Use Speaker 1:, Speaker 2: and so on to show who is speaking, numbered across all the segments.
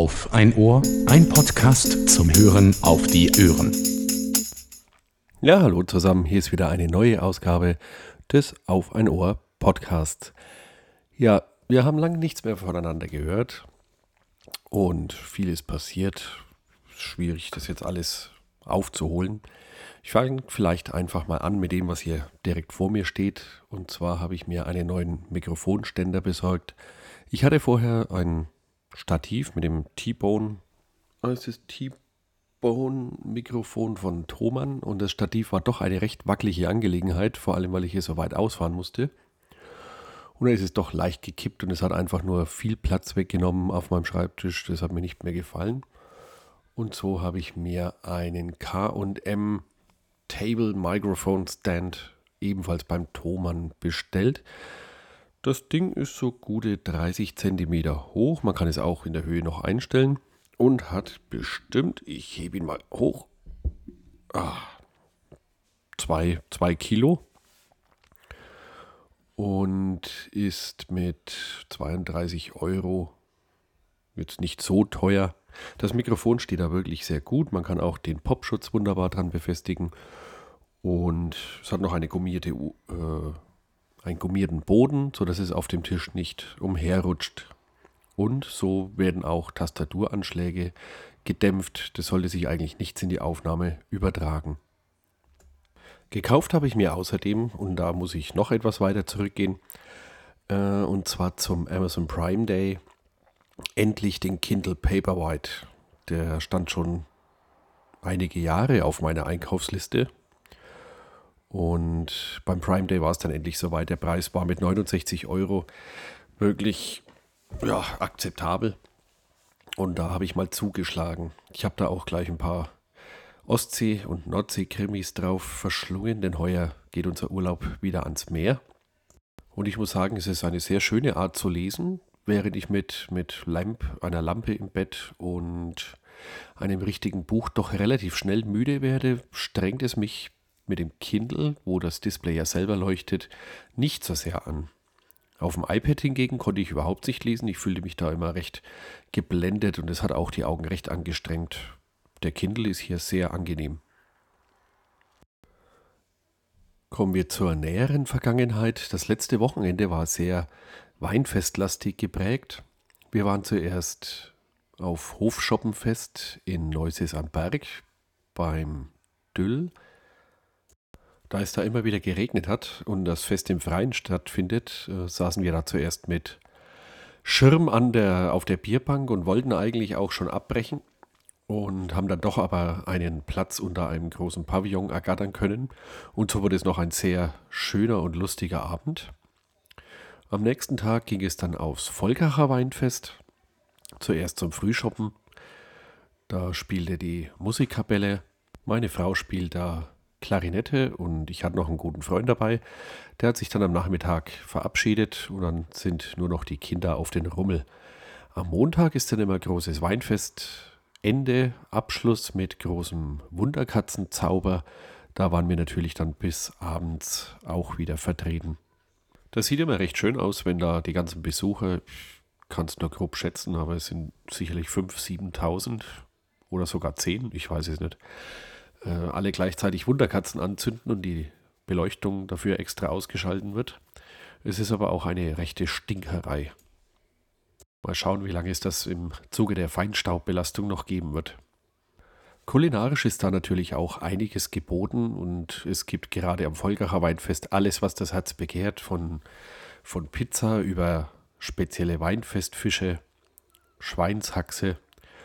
Speaker 1: Auf ein Ohr, ein Podcast zum Hören auf die Ohren.
Speaker 2: Ja, hallo zusammen, hier ist wieder eine neue Ausgabe des Auf ein Ohr Podcasts. Ja, wir haben lange nichts mehr voneinander gehört und vieles passiert. Schwierig, das jetzt alles aufzuholen. Ich fange vielleicht einfach mal an mit dem, was hier direkt vor mir steht. Und zwar habe ich mir einen neuen Mikrofonständer besorgt. Ich hatte vorher ein Stativ mit dem T-Bone-Mikrofon von Thomann und das Stativ war doch eine recht wackelige Angelegenheit, vor allem weil ich hier so weit ausfahren musste. Und dann ist es doch leicht gekippt und es hat einfach nur viel Platz weggenommen auf meinem Schreibtisch. Das hat mir nicht mehr gefallen. Und so habe ich mir einen K&M Table Microphone Stand ebenfalls beim Thomann bestellt. Das Ding ist so gute 30 cm hoch. Man kann es auch in der Höhe noch einstellen und hat bestimmt, ich hebe ihn mal hoch, 2 Kilo und ist mit 32 € jetzt nicht so teuer. Das Mikrofon steht da wirklich sehr gut. Man kann auch den Popschutz wunderbar dran befestigen und es hat noch einen gummierten Boden, sodass es auf dem Tisch nicht umherrutscht. Und so werden auch Tastaturanschläge gedämpft. Das sollte sich eigentlich nichts in die Aufnahme übertragen. Gekauft habe ich mir außerdem, und da muss ich noch etwas weiter zurückgehen, und zwar zum Amazon Prime Day, endlich den Kindle Paperwhite. Der stand schon einige Jahre auf meiner Einkaufsliste. Und beim Prime Day war es dann endlich soweit. Der Preis war mit 69 € wirklich akzeptabel. Und da habe ich mal zugeschlagen. Ich habe da auch gleich ein paar Ostsee- und Nordsee-Krimis drauf verschlungen, denn heuer geht unser Urlaub wieder ans Meer. Und ich muss sagen, es ist eine sehr schöne Art zu lesen, während ich mit einer Lampe im Bett und einem richtigen Buch doch relativ schnell müde werde, strengt es mich mit dem Kindle, wo das Display ja selber leuchtet, nicht so sehr an. Auf dem iPad hingegen konnte ich überhaupt nicht lesen. Ich fühlte mich da immer recht geblendet und es hat auch die Augen recht angestrengt. Der Kindle ist hier sehr angenehm. Kommen wir zur näheren Vergangenheit. Das letzte Wochenende war sehr weinfestlastig geprägt. Wir waren zuerst auf Hofschoppenfest in Neuses am Berg beim Düll. Da es da immer wieder geregnet hat und das Fest im Freien stattfindet, saßen wir da zuerst mit Schirm auf der Bierbank und wollten eigentlich auch schon abbrechen und haben dann doch aber einen Platz unter einem großen Pavillon ergattern können. Und so wurde es noch ein sehr schöner und lustiger Abend. Am nächsten Tag ging es dann aufs Volkacher Weinfest, zuerst zum Frühschoppen. Da spielte die Musikkapelle. Meine Frau spielt da Klarinette und ich hatte noch einen guten Freund dabei. Der hat sich dann am Nachmittag verabschiedet und dann sind nur noch die Kinder auf den Rummel. Am Montag ist dann immer großes Weinfest, Ende, Abschluss mit großem Wunderkatzenzauber. Da waren wir natürlich dann bis abends auch wieder vertreten. Das sieht immer recht schön aus, wenn da die ganzen Besucher, ich kann es nur grob schätzen, aber es sind sicherlich 5.000, 7.000 oder sogar 10, ich weiß es nicht, alle gleichzeitig Wunderkatzen anzünden und die Beleuchtung dafür extra ausgeschalten wird. Es ist aber auch eine rechte Stinkerei. Mal schauen, wie lange es das im Zuge der Feinstaubbelastung noch geben wird. Kulinarisch ist da natürlich auch einiges geboten und es gibt gerade am Volkacher Weinfest alles, was das Herz begehrt, von Pizza über spezielle Weinfestfische, Schweinshaxe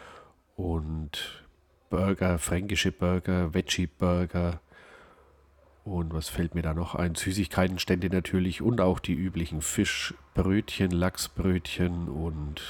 Speaker 2: und Burger, fränkische Burger, Veggie-Burger und was fällt mir da noch ein? Süßigkeitenstände natürlich und auch die üblichen Fischbrötchen, Lachsbrötchen und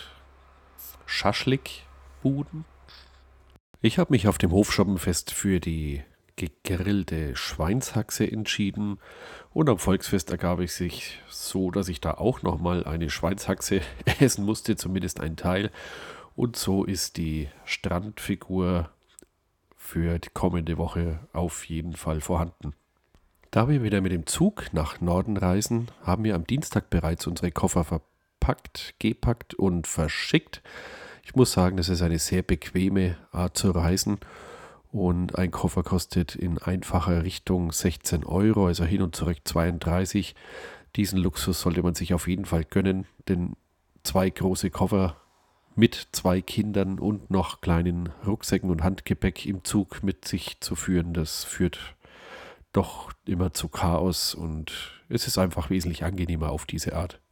Speaker 2: Schaschlikbuden. Ich habe mich auf dem Hofschoppenfest für die gegrillte Schweinshaxe entschieden und am Volksfest ergab es sich so, dass ich da auch nochmal eine Schweinshaxe essen musste, zumindest ein Teil. Und so ist die Strandfigur für die kommende Woche auf jeden Fall vorhanden. Da wir wieder mit dem Zug nach Norden reisen, haben wir am Dienstag bereits unsere Koffer gepackt und verschickt. Ich Ich muss sagen, das ist eine sehr bequeme Art zu reisen und ein Koffer kostet in einfacher Richtung 16 Euro, also hin und zurück 32. Diesen Luxus sollte man sich auf jeden Fall gönnen, denn 2 große Koffer mit 2 Kindern und noch kleinen Rucksäcken und Handgepäck im Zug mit sich zu führen, das führt doch immer zu Chaos und es ist einfach wesentlich angenehmer auf diese Art.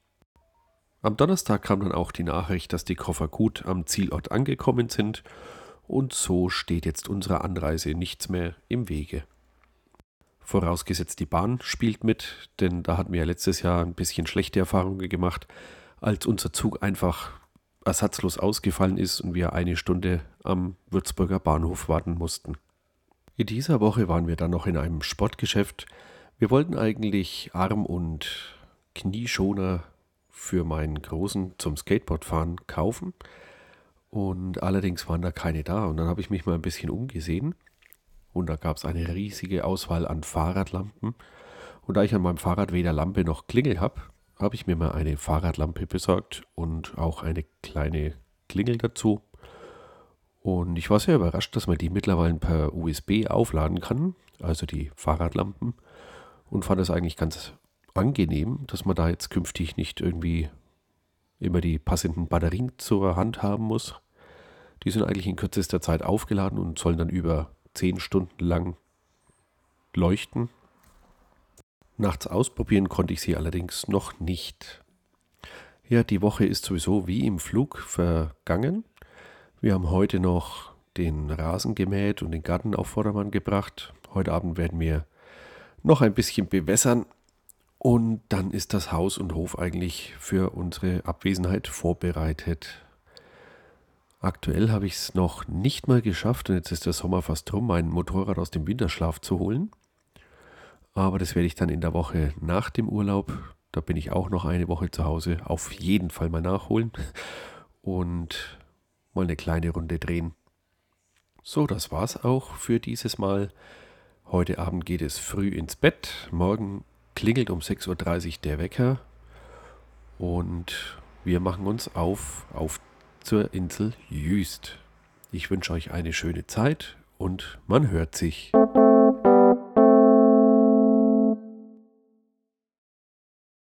Speaker 2: Am Donnerstag kam dann auch die Nachricht, dass die Koffer gut am Zielort angekommen sind und so steht jetzt unserer Anreise nichts mehr im Wege. Vorausgesetzt die Bahn spielt mit, denn da hatten wir ja letztes Jahr ein bisschen schlechte Erfahrungen gemacht, als unser Zug einfach ersatzlos ausgefallen ist und wir 1 Stunde am Würzburger Bahnhof warten mussten. In dieser Woche waren wir dann noch in einem Sportgeschäft. Wir wollten eigentlich Arm- und Knieschoner für meinen Großen zum Skateboardfahren kaufen und allerdings waren da keine da und dann habe ich mich mal ein bisschen umgesehen und da gab es eine riesige Auswahl an Fahrradlampen und da ich an meinem Fahrrad weder Lampe noch Klingel habe, habe ich mir mal eine Fahrradlampe besorgt und auch eine kleine Klingel dazu. Und ich war sehr überrascht, dass man die mittlerweile per USB aufladen kann, also die Fahrradlampen, und fand es eigentlich ganz angenehm, dass man da jetzt künftig nicht irgendwie immer die passenden Batterien zur Hand haben muss. Die sind eigentlich in kürzester Zeit aufgeladen und sollen dann über 10 Stunden lang leuchten. Nachts ausprobieren konnte ich sie allerdings noch nicht. Ja, die Woche ist sowieso wie im Flug vergangen. Wir haben heute noch den Rasen gemäht und den Garten auf Vordermann gebracht. Heute Abend werden wir noch ein bisschen bewässern und dann ist das Haus und Hof eigentlich für unsere Abwesenheit vorbereitet. Aktuell habe ich es noch nicht mal geschafft und jetzt ist der Sommer fast rum, mein Motorrad aus dem Winterschlaf zu holen. Aber das werde ich dann in der Woche nach dem Urlaub, da bin ich auch noch eine Woche zu Hause, auf jeden Fall mal nachholen und mal eine kleine Runde drehen. So, das war's auch für dieses Mal. Heute Abend geht es früh ins Bett. Morgen klingelt um 6:30 Uhr der Wecker und wir machen uns auf zur Insel Jüst. Ich wünsche euch eine schöne Zeit und man hört sich.